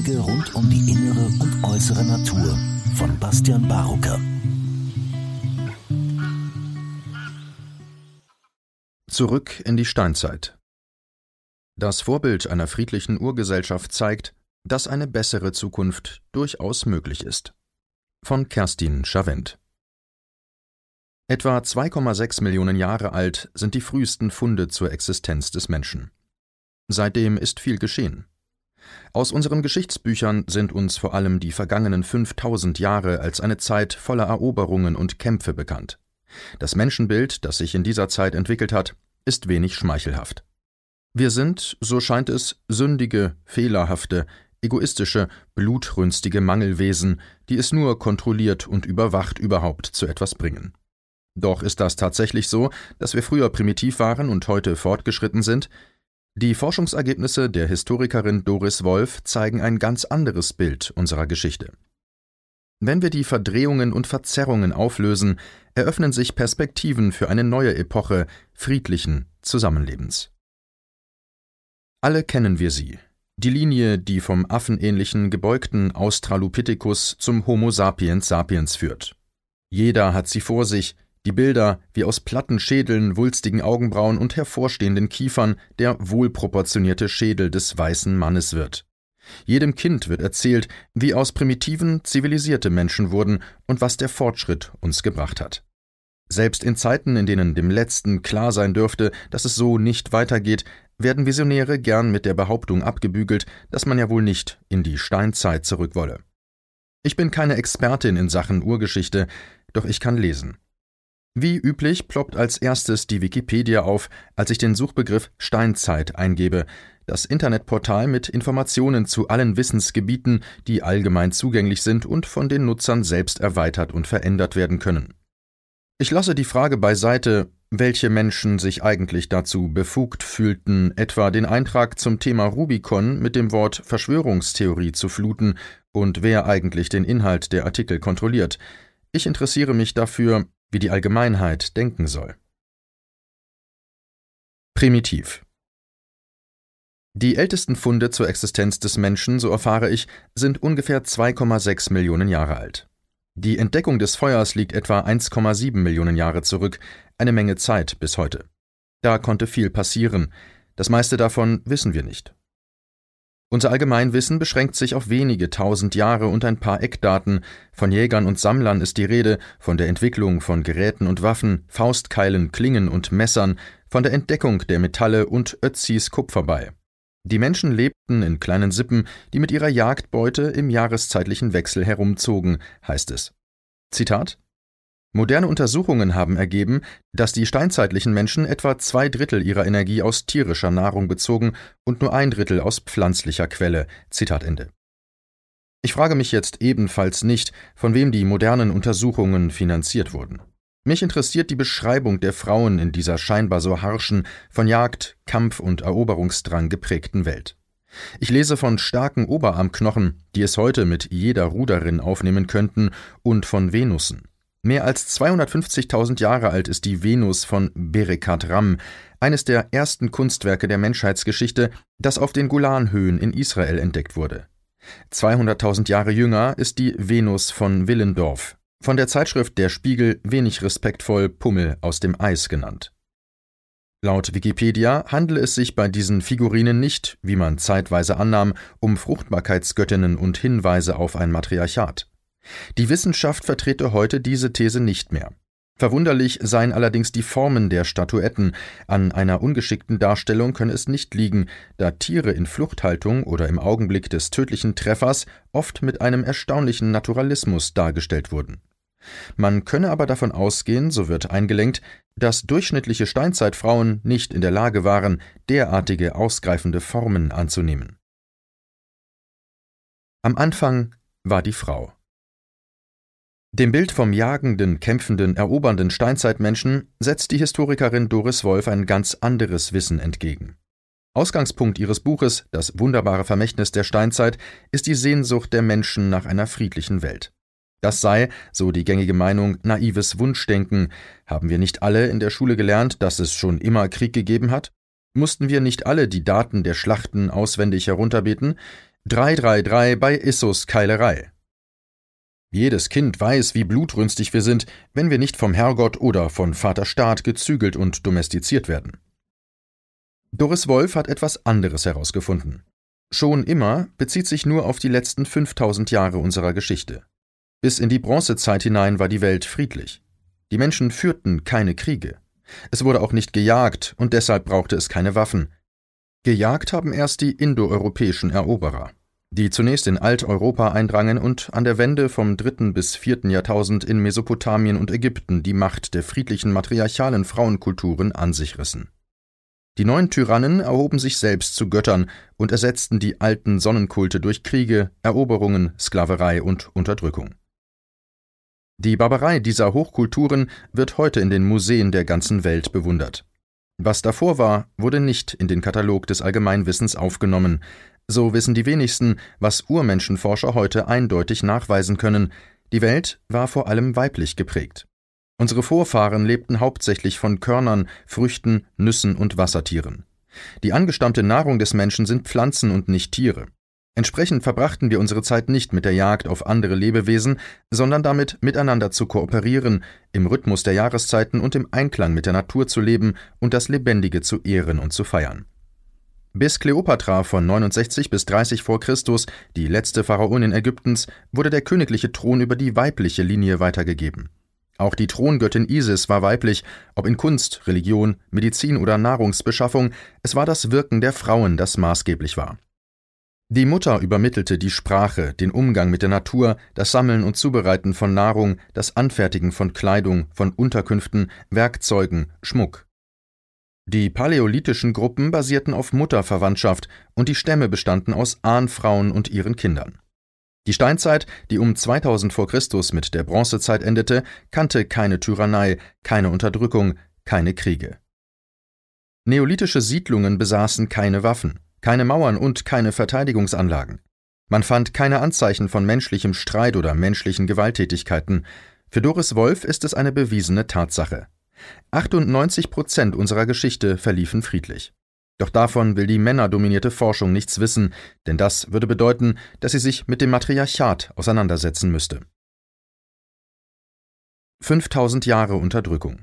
Einblicke rund um die innere und äußere Natur von Bastian Barucker. Zurück in die Steinzeit. Das Vorbild einer friedlichen Urgesellschaft zeigt, dass eine bessere Zukunft durchaus möglich ist. Von Kerstin Schavent. Etwa 2,6 Millionen Jahre alt sind die frühesten Funde zur Existenz des Menschen. Seitdem ist viel geschehen. Aus unseren Geschichtsbüchern sind uns vor allem die vergangenen 5000 Jahre als eine Zeit voller Eroberungen und Kämpfe bekannt. Das Menschenbild, das sich in dieser Zeit entwickelt hat, ist wenig schmeichelhaft. Wir sind, so scheint es, sündige, fehlerhafte, egoistische, blutrünstige Mangelwesen, die es nur kontrolliert und überwacht überhaupt zu etwas bringen. Doch ist das tatsächlich so, dass wir früher primitiv waren und heute fortgeschritten sind? Die Forschungsergebnisse der Historikerin Doris Wolf zeigen ein ganz anderes Bild unserer Geschichte. Wenn wir die Verdrehungen und Verzerrungen auflösen, eröffnen sich Perspektiven für eine neue Epoche friedlichen Zusammenlebens. Alle kennen wir sie. Die Linie, die vom affenähnlichen gebeugten Australopithecus zum Homo sapiens sapiens führt. Jeder hat sie vor sich, die Bilder, wie aus platten Schädeln, wulstigen Augenbrauen und hervorstehenden Kiefern der wohlproportionierte Schädel des weißen Mannes wird. Jedem Kind wird erzählt, wie aus Primitiven zivilisierte Menschen wurden und was der Fortschritt uns gebracht hat. Selbst in Zeiten, in denen dem Letzten klar sein dürfte, dass es so nicht weitergeht, werden Visionäre gern mit der Behauptung abgebügelt, dass man ja wohl nicht in die Steinzeit zurück wolle. Ich bin keine Expertin in Sachen Urgeschichte, doch ich kann lesen. Wie üblich ploppt als erstes die Wikipedia auf, als ich den Suchbegriff Steinzeit eingebe, das Internetportal mit Informationen zu allen Wissensgebieten, die allgemein zugänglich sind und von den Nutzern selbst erweitert und verändert werden können. Ich lasse die Frage beiseite, welche Menschen sich eigentlich dazu befugt fühlten, etwa den Eintrag zum Thema Rubicon mit dem Wort Verschwörungstheorie zu fluten und wer eigentlich den Inhalt der Artikel kontrolliert. Ich interessiere mich dafür, wie die Allgemeinheit denken soll. Primitiv. Die ältesten Funde zur Existenz des Menschen, so erfahre ich, sind ungefähr 2,6 Millionen Jahre alt. Die Entdeckung des Feuers liegt etwa 1,7 Millionen Jahre zurück, eine Menge Zeit bis heute. Da konnte viel passieren, das meiste davon wissen wir nicht. Unser Allgemeinwissen beschränkt sich auf wenige tausend Jahre und ein paar Eckdaten. Von Jägern und Sammlern ist die Rede, von der Entwicklung von Geräten und Waffen, Faustkeilen, Klingen und Messern, von der Entdeckung der Metalle und Ötzis Kupferbei. Die Menschen lebten in kleinen Sippen, die mit ihrer Jagdbeute im jahreszeitlichen Wechsel herumzogen, heißt es. Zitat: Moderne Untersuchungen haben ergeben, dass die steinzeitlichen Menschen etwa 2/3 ihrer Energie aus tierischer Nahrung bezogen und nur 1/3 aus pflanzlicher Quelle. Zitat Ende. Ich frage mich jetzt ebenfalls nicht, von wem die modernen Untersuchungen finanziert wurden. Mich interessiert die Beschreibung der Frauen in dieser scheinbar so harschen, von Jagd, Kampf und Eroberungsdrang geprägten Welt. Ich lese von starken Oberarmknochen, die es heute mit jeder Ruderin aufnehmen könnten, und von Venussen. Mehr als 250.000 Jahre alt ist die Venus von Berekat Ram, eines der ersten Kunstwerke der Menschheitsgeschichte, das auf den Golanhöhen in Israel entdeckt wurde. 200.000 Jahre jünger ist die Venus von Willendorf, von der Zeitschrift Der Spiegel wenig respektvoll Pummel aus dem Eis genannt. Laut Wikipedia handele es sich bei diesen Figurinen nicht, wie man zeitweise annahm, um Fruchtbarkeitsgöttinnen und Hinweise auf ein Matriarchat. Die Wissenschaft vertrete heute diese These nicht mehr. Verwunderlich seien allerdings die Formen der Statuetten. An einer ungeschickten Darstellung könne es nicht liegen, da Tiere in Fluchthaltung oder im Augenblick des tödlichen Treffers oft mit einem erstaunlichen Naturalismus dargestellt wurden. Man könne aber davon ausgehen, so wird eingelenkt, dass durchschnittliche Steinzeitfrauen nicht in der Lage waren, derartige ausgreifende Formen anzunehmen. Am Anfang war die Frau. Dem Bild vom jagenden, kämpfenden, erobernden Steinzeitmenschen setzt die Historikerin Doris Wolf ein ganz anderes Wissen entgegen. Ausgangspunkt ihres Buches »Das wunderbare Vermächtnis der Steinzeit« ist die Sehnsucht der Menschen nach einer friedlichen Welt. Das sei, so die gängige Meinung, naives Wunschdenken. Haben wir nicht alle in der Schule gelernt, dass es schon immer Krieg gegeben hat? Mussten wir nicht alle die Daten der Schlachten auswendig herunterbeten? 333 bei Issus Keilerei. Jedes Kind weiß, wie blutrünstig wir sind, wenn wir nicht vom Herrgott oder von Vater Staat gezügelt und domestiziert werden. Doris Wolf hat etwas anderes herausgefunden. Schon immer bezieht sich nur auf die letzten 5000 Jahre unserer Geschichte. Bis in die Bronzezeit hinein war die Welt friedlich. Die Menschen führten keine Kriege. Es wurde auch nicht gejagt und deshalb brauchte es keine Waffen. Gejagt haben erst die indoeuropäischen Eroberer, die zunächst in Alteuropa eindrangen und an der Wende vom 3. bis 4. Jahrtausend in Mesopotamien und Ägypten die Macht der friedlichen matriarchalen Frauenkulturen an sich rissen. Die neuen Tyrannen erhoben sich selbst zu Göttern und ersetzten die alten Sonnenkulte durch Kriege, Eroberungen, Sklaverei und Unterdrückung. Die Barbarei dieser Hochkulturen wird heute in den Museen der ganzen Welt bewundert. Was davor war, wurde nicht in den Katalog des Allgemeinwissens aufgenommen. So wissen die wenigsten, was Urmenschenforscher heute eindeutig nachweisen können: Die Welt war vor allem weiblich geprägt. Unsere Vorfahren lebten hauptsächlich von Körnern, Früchten, Nüssen und Wassertieren. Die angestammte Nahrung des Menschen sind Pflanzen und nicht Tiere. Entsprechend verbrachten wir unsere Zeit nicht mit der Jagd auf andere Lebewesen, sondern damit, miteinander zu kooperieren, im Rhythmus der Jahreszeiten und im Einklang mit der Natur zu leben und das Lebendige zu ehren und zu feiern. Bis Kleopatra von 69 bis 30 vor Christus, die letzte Pharaonin Ägyptens, wurde der königliche Thron über die weibliche Linie weitergegeben. Auch die Throngöttin Isis war weiblich, ob in Kunst, Religion, Medizin oder Nahrungsbeschaffung, es war das Wirken der Frauen, das maßgeblich war. Die Mutter übermittelte die Sprache, den Umgang mit der Natur, das Sammeln und Zubereiten von Nahrung, das Anfertigen von Kleidung, von Unterkünften, Werkzeugen, Schmuck. Die paläolithischen Gruppen basierten auf Mutterverwandtschaft und die Stämme bestanden aus Ahnfrauen und ihren Kindern. Die Steinzeit, die um 2000 vor Christus mit der Bronzezeit endete, kannte keine Tyrannei, keine Unterdrückung, keine Kriege. Neolithische Siedlungen besaßen keine Waffen, keine Mauern und keine Verteidigungsanlagen. Man fand keine Anzeichen von menschlichem Streit oder menschlichen Gewalttätigkeiten. Für Doris Wolf ist es eine bewiesene Tatsache. 98% unserer Geschichte verliefen friedlich. Doch davon will die männerdominierte Forschung nichts wissen, denn das würde bedeuten, dass sie sich mit dem Matriarchat auseinandersetzen müsste. 5000 Jahre Unterdrückung.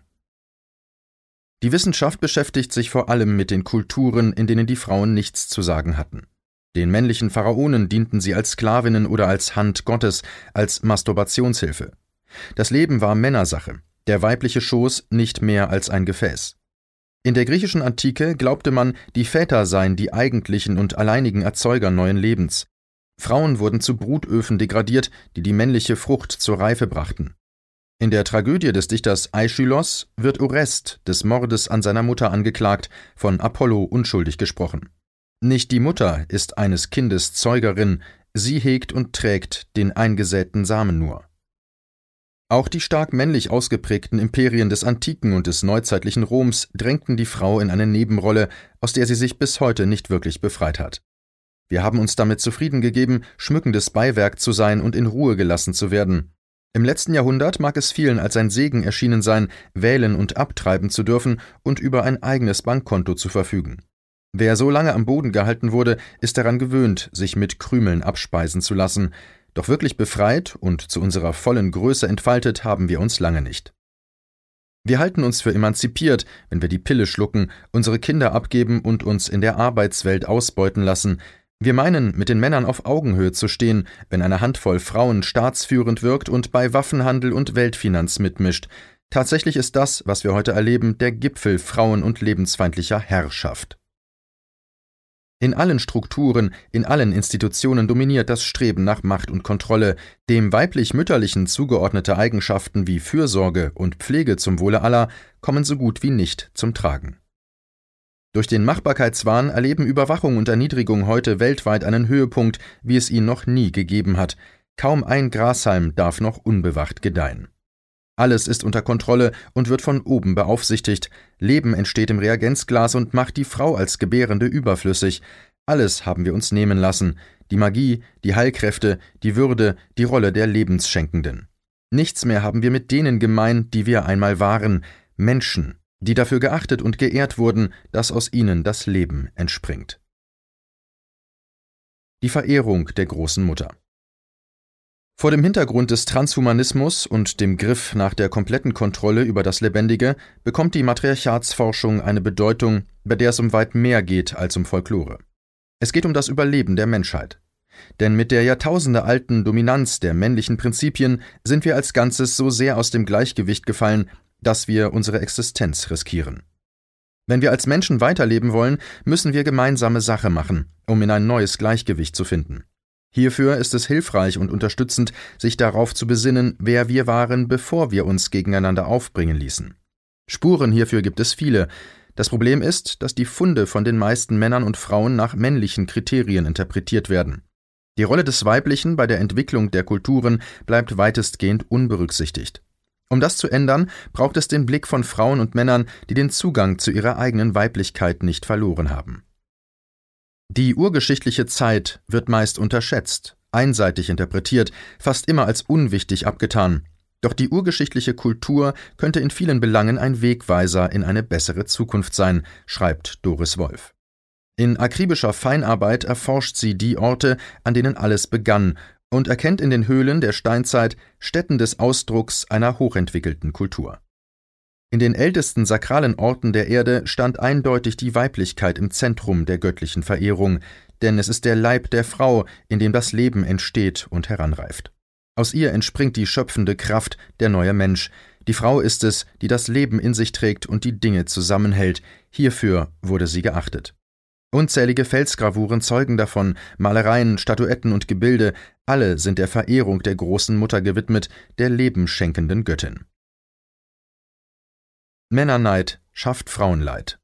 Die Wissenschaft beschäftigt sich vor allem mit den Kulturen, in denen die Frauen nichts zu sagen hatten. Den männlichen Pharaonen dienten sie als Sklavinnen oder als Hand Gottes, als Masturbationshilfe. Das Leben war Männersache, der weibliche Schoß nicht mehr als ein Gefäß. In der griechischen Antike glaubte man, die Väter seien die eigentlichen und alleinigen Erzeuger neuen Lebens. Frauen wurden zu Brutöfen degradiert, die die männliche Frucht zur Reife brachten. In der Tragödie des Dichters Aeschylos wird Orest des Mordes an seiner Mutter angeklagt, von Apollo unschuldig gesprochen. Nicht die Mutter ist eines Kindes Zeugerin, sie hegt und trägt den eingesäten Samen nur. Auch die stark männlich ausgeprägten Imperien des antiken und des neuzeitlichen Roms drängten die Frau in eine Nebenrolle, aus der sie sich bis heute nicht wirklich befreit hat. Wir haben uns damit zufrieden gegeben, schmückendes Beiwerk zu sein und in Ruhe gelassen zu werden. Im letzten Jahrhundert mag es vielen als ein Segen erschienen sein, wählen und abtreiben zu dürfen und über ein eigenes Bankkonto zu verfügen. Wer so lange am Boden gehalten wurde, ist daran gewöhnt, sich mit Krümeln abspeisen zu lassen. Doch wirklich befreit und zu unserer vollen Größe entfaltet haben wir uns lange nicht. Wir halten uns für emanzipiert, wenn wir die Pille schlucken, unsere Kinder abgeben und uns in der Arbeitswelt ausbeuten lassen. Wir meinen, mit den Männern auf Augenhöhe zu stehen, wenn eine Handvoll Frauen staatsführend wirkt und bei Waffenhandel und Weltfinanz mitmischt. Tatsächlich ist das, was wir heute erleben, der Gipfel frauen- und lebensfeindlicher Herrschaft. In allen Strukturen, in allen Institutionen dominiert das Streben nach Macht und Kontrolle. Dem weiblich-mütterlichen zugeordnete Eigenschaften wie Fürsorge und Pflege zum Wohle aller kommen so gut wie nicht zum Tragen. Durch den Machbarkeitswahn erleben Überwachung und Erniedrigung heute weltweit einen Höhepunkt, wie es ihn noch nie gegeben hat. Kaum ein Grashalm darf noch unbewacht gedeihen. Alles ist unter Kontrolle und wird von oben beaufsichtigt. Leben entsteht im Reagenzglas und macht die Frau als Gebärende überflüssig. Alles haben wir uns nehmen lassen. Die Magie, die Heilkräfte, die Würde, die Rolle der Lebensschenkenden. Nichts mehr haben wir mit denen gemein, die wir einmal waren. Menschen, die dafür geachtet und geehrt wurden, dass aus ihnen das Leben entspringt. Die Verehrung der großen Mutter. Vor dem Hintergrund des Transhumanismus und dem Griff nach der kompletten Kontrolle über das Lebendige bekommt die Matriarchatsforschung eine Bedeutung, bei der es um weit mehr geht als um Folklore. Es geht um das Überleben der Menschheit. Denn mit der jahrtausendealten Dominanz der männlichen Prinzipien sind wir als Ganzes so sehr aus dem Gleichgewicht gefallen, dass wir unsere Existenz riskieren. Wenn wir als Menschen weiterleben wollen, müssen wir gemeinsame Sache machen, um in ein neues Gleichgewicht zu finden. Hierfür ist es hilfreich und unterstützend, sich darauf zu besinnen, wer wir waren, bevor wir uns gegeneinander aufbringen ließen. Spuren hierfür gibt es viele. Das Problem ist, dass die Funde von den meisten Männern und Frauen nach männlichen Kriterien interpretiert werden. Die Rolle des Weiblichen bei der Entwicklung der Kulturen bleibt weitestgehend unberücksichtigt. Um das zu ändern, braucht es den Blick von Frauen und Männern, die den Zugang zu ihrer eigenen Weiblichkeit nicht verloren haben. Die urgeschichtliche Zeit wird meist unterschätzt, einseitig interpretiert, fast immer als unwichtig abgetan. Doch die urgeschichtliche Kultur könnte in vielen Belangen ein Wegweiser in eine bessere Zukunft sein, schreibt Doris Wolf. In akribischer Feinarbeit erforscht sie die Orte, an denen alles begann, und erkennt in den Höhlen der Steinzeit Stätten des Ausdrucks einer hochentwickelten Kultur. In den ältesten sakralen Orten der Erde stand eindeutig die Weiblichkeit im Zentrum der göttlichen Verehrung, denn es ist der Leib der Frau, in dem das Leben entsteht und heranreift. Aus ihr entspringt die schöpfende Kraft, der neue Mensch. Die Frau ist es, die das Leben in sich trägt und die Dinge zusammenhält. Hierfür wurde sie geachtet. Unzählige Felsgravuren zeugen davon, Malereien, Statuetten und Gebilde, alle sind der Verehrung der großen Mutter gewidmet, der lebenschenkenden Göttin. Männerneid schafft Frauenleid.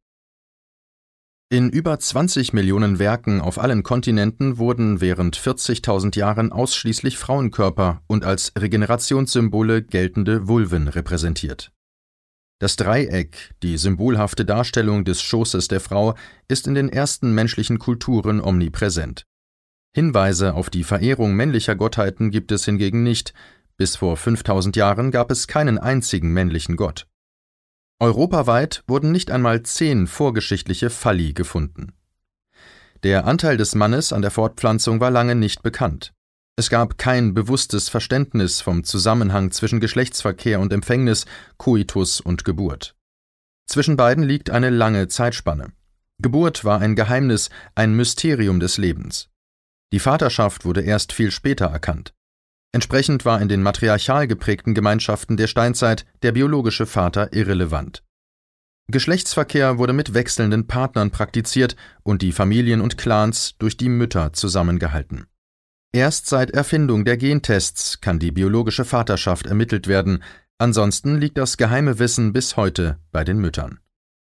In über 20 Millionen Werken auf allen Kontinenten wurden während 40.000 Jahren ausschließlich Frauenkörper und als Regenerationssymbole geltende Vulven repräsentiert. Das Dreieck, die symbolhafte Darstellung des Schoßes der Frau, ist in den ersten menschlichen Kulturen omnipräsent. Hinweise auf die Verehrung männlicher Gottheiten gibt es hingegen nicht. Bis vor 5000 Jahren gab es keinen einzigen männlichen Gott. Europaweit wurden nicht einmal 10 vorgeschichtliche Phalli gefunden. Der Anteil des Mannes an der Fortpflanzung war lange nicht bekannt. Es gab kein bewusstes Verständnis vom Zusammenhang zwischen Geschlechtsverkehr und Empfängnis, Koitus und Geburt. Zwischen beiden liegt eine lange Zeitspanne. Geburt war ein Geheimnis, ein Mysterium des Lebens. Die Vaterschaft wurde erst viel später erkannt. Entsprechend war in den matriarchal geprägten Gemeinschaften der Steinzeit der biologische Vater irrelevant. Geschlechtsverkehr wurde mit wechselnden Partnern praktiziert und die Familien und Clans durch die Mütter zusammengehalten. Erst seit Erfindung der Gentests kann die biologische Vaterschaft ermittelt werden, ansonsten liegt das geheime Wissen bis heute bei den Müttern.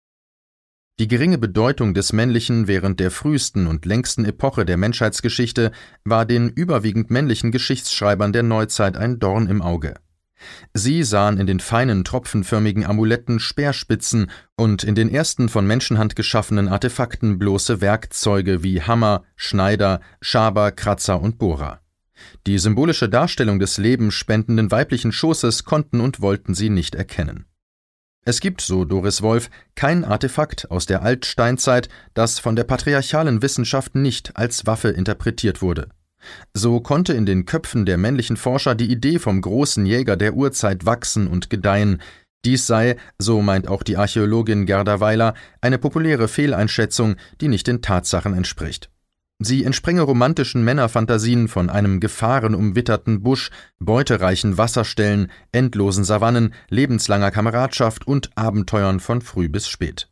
Die geringe Bedeutung des Männlichen während der frühesten und längsten Epoche der Menschheitsgeschichte war den überwiegend männlichen Geschichtsschreibern der Neuzeit ein Dorn im Auge. Sie sahen in den feinen, tropfenförmigen Amuletten Speerspitzen und in den ersten von Menschenhand geschaffenen Artefakten bloße Werkzeuge wie Hammer, Schneider, Schaber, Kratzer und Bohrer. Die symbolische Darstellung des lebenspendenden weiblichen Schoßes konnten und wollten sie nicht erkennen. Es gibt, so Doris Wolf, kein Artefakt aus der Altsteinzeit, das von der patriarchalen Wissenschaft nicht als Waffe interpretiert wurde. So konnte in den Köpfen der männlichen Forscher die Idee vom großen Jäger der Urzeit wachsen und gedeihen. Dies sei, so meint auch die Archäologin Gerda Weiler, eine populäre Fehleinschätzung, die nicht den Tatsachen entspricht. Sie entsprenge romantischen Männerfantasien von einem gefahrenumwitterten Busch, beutereichen Wasserstellen, endlosen Savannen, lebenslanger Kameradschaft und Abenteuern von früh bis spät.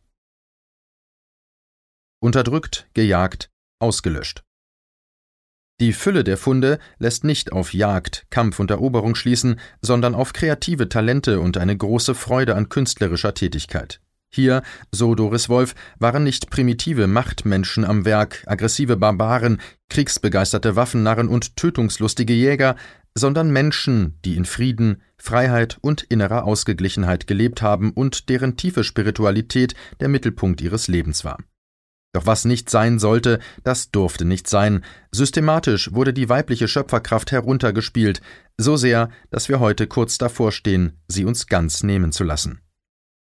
Unterdrückt, gejagt, ausgelöscht. Die Fülle der Funde lässt nicht auf Jagd, Kampf und Eroberung schließen, sondern auf kreative Talente und eine große Freude an künstlerischer Tätigkeit. Hier, so Doris Wolf, waren nicht primitive Machtmenschen am Werk, aggressive Barbaren, kriegsbegeisterte Waffennarren und tötungslustige Jäger, sondern Menschen, die in Frieden, Freiheit und innerer Ausgeglichenheit gelebt haben und deren tiefe Spiritualität der Mittelpunkt ihres Lebens war. Doch was nicht sein sollte, das durfte nicht sein. Systematisch wurde die weibliche Schöpferkraft heruntergespielt, so sehr, dass wir heute kurz davor stehen, sie uns ganz nehmen zu lassen.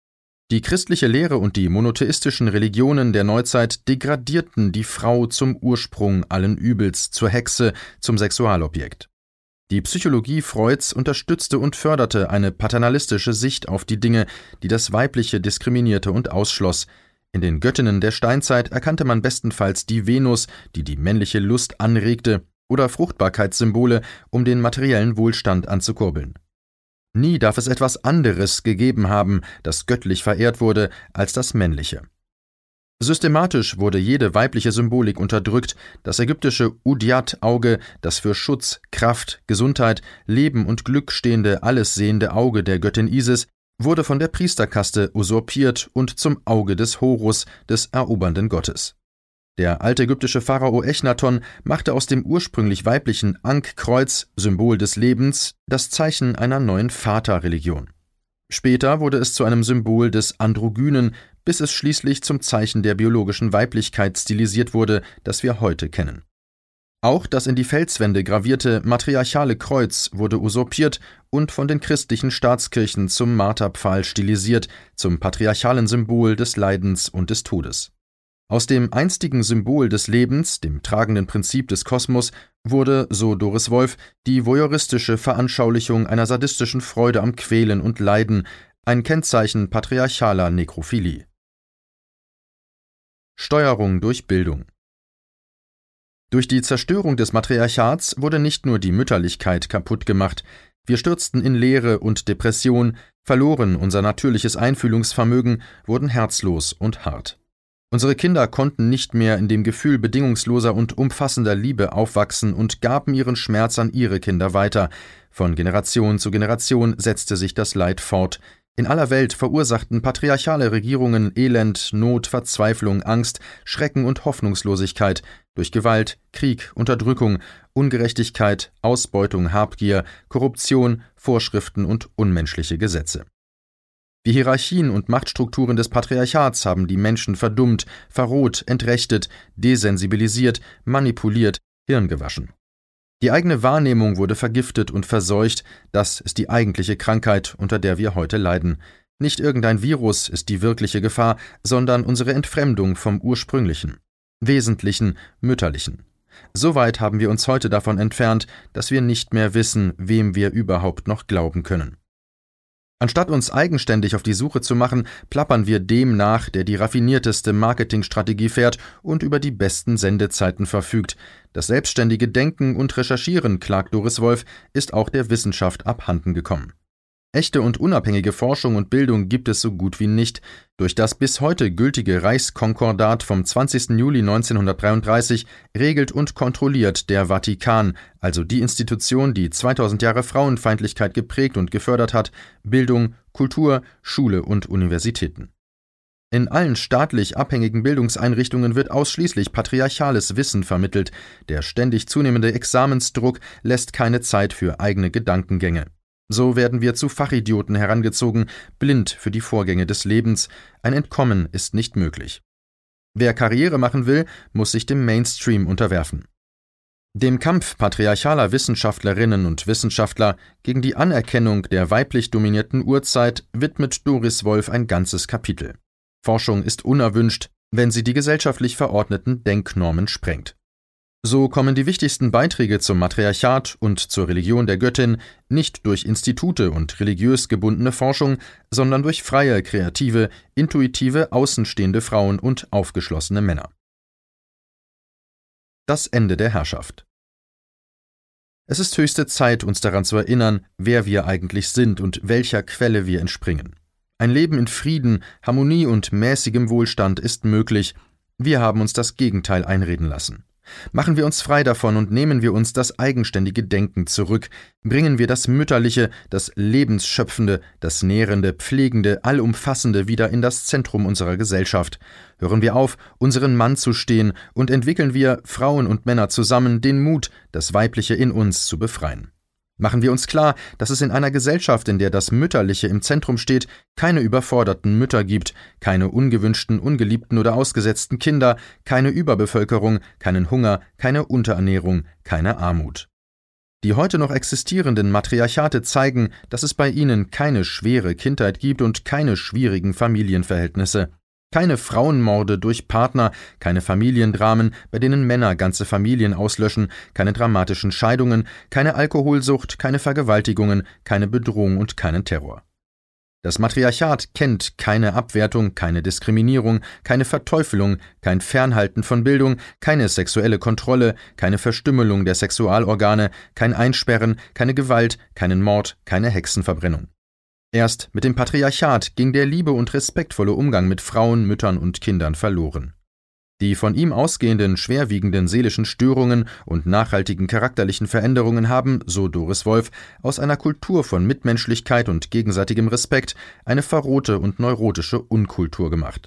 Die christliche Lehre und die monotheistischen Religionen der Neuzeit degradierten die Frau zum Ursprung allen Übels, zur Hexe, zum Sexualobjekt. Die Psychologie Freuds unterstützte und förderte eine paternalistische Sicht auf die Dinge, die das Weibliche diskriminierte und ausschloss. In den Göttinnen der Steinzeit erkannte man bestenfalls die Venus, die die männliche Lust anregte, oder Fruchtbarkeitssymbole, um den materiellen Wohlstand anzukurbeln. Nie darf es etwas anderes gegeben haben, das göttlich verehrt wurde, als das Männliche. Systematisch wurde jede weibliche Symbolik unterdrückt, das ägyptische Udiat-Auge, das für Schutz, Kraft, Gesundheit, Leben und Glück stehende, alles sehende Auge der Göttin Isis, wurde von der Priesterkaste usurpiert und zum Auge des Horus, des erobernden Gottes. Der altägyptische Pharao Echnaton machte aus dem ursprünglich weiblichen Ankh-Kreuz, Symbol des Lebens, das Zeichen einer neuen Vaterreligion. Später wurde es zu einem Symbol des Androgynen, bis es schließlich zum Zeichen der biologischen Weiblichkeit stilisiert wurde, das wir heute kennen. Auch das in die Felswände gravierte matriarchale Kreuz wurde usurpiert und von den christlichen Staatskirchen zum Marterpfahl stilisiert, zum patriarchalen Symbol des Leidens und des Todes. Aus dem einstigen Symbol des Lebens, dem tragenden Prinzip des Kosmos, wurde, so Doris Wolf, die voyeuristische Veranschaulichung einer sadistischen Freude am Quälen und Leiden, ein Kennzeichen patriarchaler Nekrophilie. Steuerung durch Bildung. Durch die Zerstörung des Matriarchats wurde nicht nur die Mütterlichkeit kaputt gemacht, wir stürzten in Leere und Depression, verloren unser natürliches Einfühlungsvermögen, wurden herzlos und hart. Unsere Kinder konnten nicht mehr in dem Gefühl bedingungsloser und umfassender Liebe aufwachsen und gaben ihren Schmerz an ihre Kinder weiter. Von Generation zu Generation setzte sich das Leid fort. In aller Welt verursachten patriarchale Regierungen Elend, Not, Verzweiflung, Angst, Schrecken und Hoffnungslosigkeit durch Gewalt, Krieg, Unterdrückung, Ungerechtigkeit, Ausbeutung, Habgier, Korruption, Vorschriften und unmenschliche Gesetze. Die Hierarchien und Machtstrukturen des Patriarchats haben die Menschen verdummt, verroht, entrechtet, desensibilisiert, manipuliert, hirngewaschen. Die eigene Wahrnehmung wurde vergiftet und verseucht, das ist die eigentliche Krankheit, unter der wir heute leiden. Nicht irgendein Virus ist die wirkliche Gefahr, sondern unsere Entfremdung vom Ursprünglichen, Wesentlichen, Mütterlichen. Soweit haben wir uns heute davon entfernt, dass wir nicht mehr wissen, wem wir überhaupt noch glauben können. Anstatt uns eigenständig auf die Suche zu machen, plappern wir dem nach, der die raffinierteste Marketingstrategie fährt und über die besten Sendezeiten verfügt. Das selbstständige Denken und Recherchieren, klagt Doris Wolf, ist auch der Wissenschaft abhanden gekommen. Echte und unabhängige Forschung und Bildung gibt es so gut wie nicht. Durch das bis heute gültige Reichskonkordat vom 20. Juli 1933 regelt und kontrolliert der Vatikan, also die Institution, die 2000 Jahre Frauenfeindlichkeit geprägt und gefördert hat, Bildung, Kultur, Schule und Universitäten. In allen staatlich abhängigen Bildungseinrichtungen wird ausschließlich patriarchales Wissen vermittelt. Der ständig zunehmende Examensdruck lässt keine Zeit für eigene Gedankengänge. So werden wir zu Fachidioten herangezogen, blind für die Vorgänge des Lebens. Ein Entkommen ist nicht möglich. Wer Karriere machen will, muss sich dem Mainstream unterwerfen. Dem Kampf patriarchaler Wissenschaftlerinnen und Wissenschaftler gegen die Anerkennung der weiblich dominierten Urzeit widmet Doris Wolf ein ganzes Kapitel. Forschung ist unerwünscht, wenn sie die gesellschaftlich verordneten Denknormen sprengt. So kommen die wichtigsten Beiträge zum Matriarchat und zur Religion der Göttin nicht durch Institute und religiös gebundene Forschung, sondern durch freie, kreative, intuitive, außenstehende Frauen und aufgeschlossene Männer. Das Ende der Herrschaft. Es ist höchste Zeit, uns daran zu erinnern, wer wir eigentlich sind und welcher Quelle wir entspringen. Ein Leben in Frieden, Harmonie und mäßigem Wohlstand ist möglich. Wir haben uns das Gegenteil einreden lassen. Machen wir uns frei davon und nehmen wir uns das eigenständige Denken zurück, bringen wir das Mütterliche, das Lebensschöpfende, das Nährende, Pflegende, Allumfassende wieder in das Zentrum unserer Gesellschaft. Hören wir auf, unseren Mann zu stehen und entwickeln wir, Frauen und Männer zusammen, den Mut, das Weibliche in uns zu befreien. Machen wir uns klar, dass es in einer Gesellschaft, in der das Mütterliche im Zentrum steht, keine überforderten Mütter gibt, keine ungewünschten, ungeliebten oder ausgesetzten Kinder, keine Überbevölkerung, keinen Hunger, keine Unterernährung, keine Armut. Die heute noch existierenden Matriarchate zeigen, dass es bei ihnen keine schwere Kindheit gibt und keine schwierigen Familienverhältnisse. Keine Frauenmorde durch Partner, keine Familiendramen, bei denen Männer ganze Familien auslöschen, keine dramatischen Scheidungen, keine Alkoholsucht, keine Vergewaltigungen, keine Bedrohung und keinen Terror. Das Matriarchat kennt keine Abwertung, keine Diskriminierung, keine Verteufelung, kein Fernhalten von Bildung, keine sexuelle Kontrolle, keine Verstümmelung der Sexualorgane, kein Einsperren, keine Gewalt, keinen Mord, keine Hexenverbrennung. Erst mit dem Patriarchat ging der liebe und respektvolle Umgang mit Frauen, Müttern und Kindern verloren. Die von ihm ausgehenden schwerwiegenden seelischen Störungen und nachhaltigen charakterlichen Veränderungen haben, so Doris Wolf, aus einer Kultur von Mitmenschlichkeit und gegenseitigem Respekt eine verrohte und neurotische Unkultur gemacht.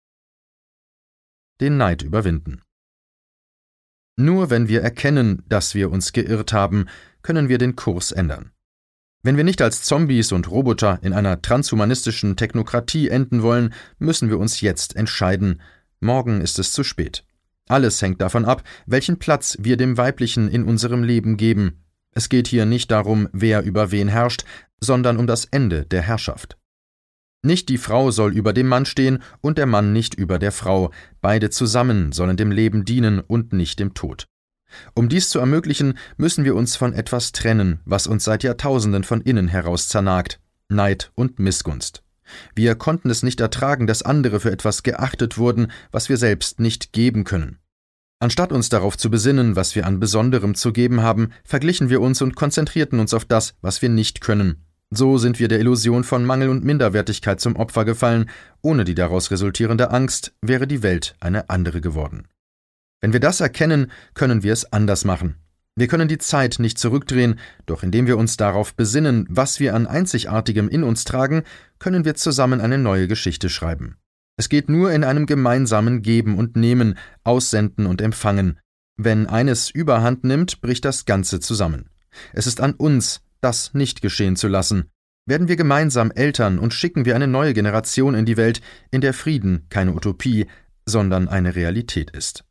Den Neid überwinden. Nur wenn wir erkennen, dass wir uns geirrt haben, können wir den Kurs ändern. Wenn wir nicht als Zombies und Roboter in einer transhumanistischen Technokratie enden wollen, müssen wir uns jetzt entscheiden. Morgen ist es zu spät. Alles hängt davon ab, welchen Platz wir dem Weiblichen in unserem Leben geben. Es geht hier nicht darum, wer über wen herrscht, sondern um das Ende der Herrschaft. Nicht die Frau soll über dem Mann stehen und der Mann nicht über der Frau. Beide zusammen sollen dem Leben dienen und nicht dem Tod. Um dies zu ermöglichen, müssen wir uns von etwas trennen, was uns seit Jahrtausenden von innen heraus zernagt: Neid und Missgunst. Wir konnten es nicht ertragen, dass andere für etwas geachtet wurden, was wir selbst nicht geben können. Anstatt uns darauf zu besinnen, was wir an Besonderem zu geben haben, verglichen wir uns und konzentrierten uns auf das, was wir nicht können. So sind wir der Illusion von Mangel und Minderwertigkeit zum Opfer gefallen. Ohne die daraus resultierende Angst wäre die Welt eine andere geworden. Wenn wir das erkennen, können wir es anders machen. Wir können die Zeit nicht zurückdrehen, doch indem wir uns darauf besinnen, was wir an Einzigartigem in uns tragen, können wir zusammen eine neue Geschichte schreiben. Es geht nur in einem gemeinsamen Geben und Nehmen, Aussenden und Empfangen. Wenn eines Überhand nimmt, bricht das Ganze zusammen. Es ist an uns, das nicht geschehen zu lassen. Werden wir gemeinsam Eltern und schicken wir eine neue Generation in die Welt, in der Frieden keine Utopie, sondern eine Realität ist.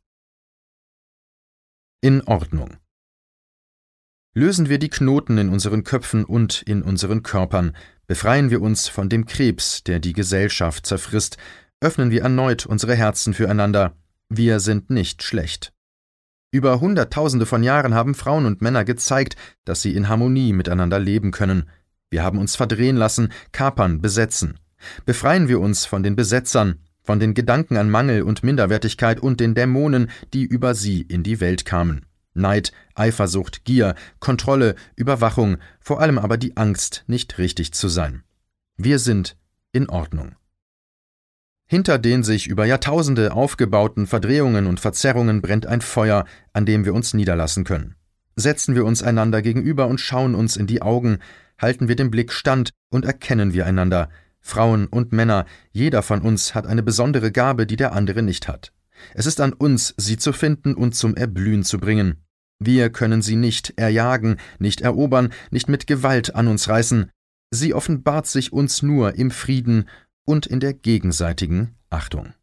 In Ordnung. Lösen wir die Knoten in unseren Köpfen und in unseren Körpern, befreien wir uns von dem Krebs, der die Gesellschaft zerfrisst, öffnen wir erneut unsere Herzen füreinander. Wir sind nicht schlecht. Über Hunderttausende von Jahren haben Frauen und Männer gezeigt, dass sie in Harmonie miteinander leben können. Wir haben uns verdrehen lassen, kapern, besetzen. Befreien wir uns von den Besetzern, von den Gedanken an Mangel und Minderwertigkeit und den Dämonen, die über sie in die Welt kamen. Neid, Eifersucht, Gier, Kontrolle, Überwachung, vor allem aber die Angst, nicht richtig zu sein. Wir sind in Ordnung. Hinter den sich über Jahrtausende aufgebauten Verdrehungen und Verzerrungen brennt ein Feuer, an dem wir uns niederlassen können. Setzen wir uns einander gegenüber und schauen uns in die Augen, halten wir den Blick stand und erkennen wir einander. Frauen und Männer, jeder von uns hat eine besondere Gabe, die der andere nicht hat. Es ist an uns, sie zu finden und zum Erblühen zu bringen. Wir können sie nicht erjagen, nicht erobern, nicht mit Gewalt an uns reißen. Sie offenbart sich uns nur im Frieden und in der gegenseitigen Achtung.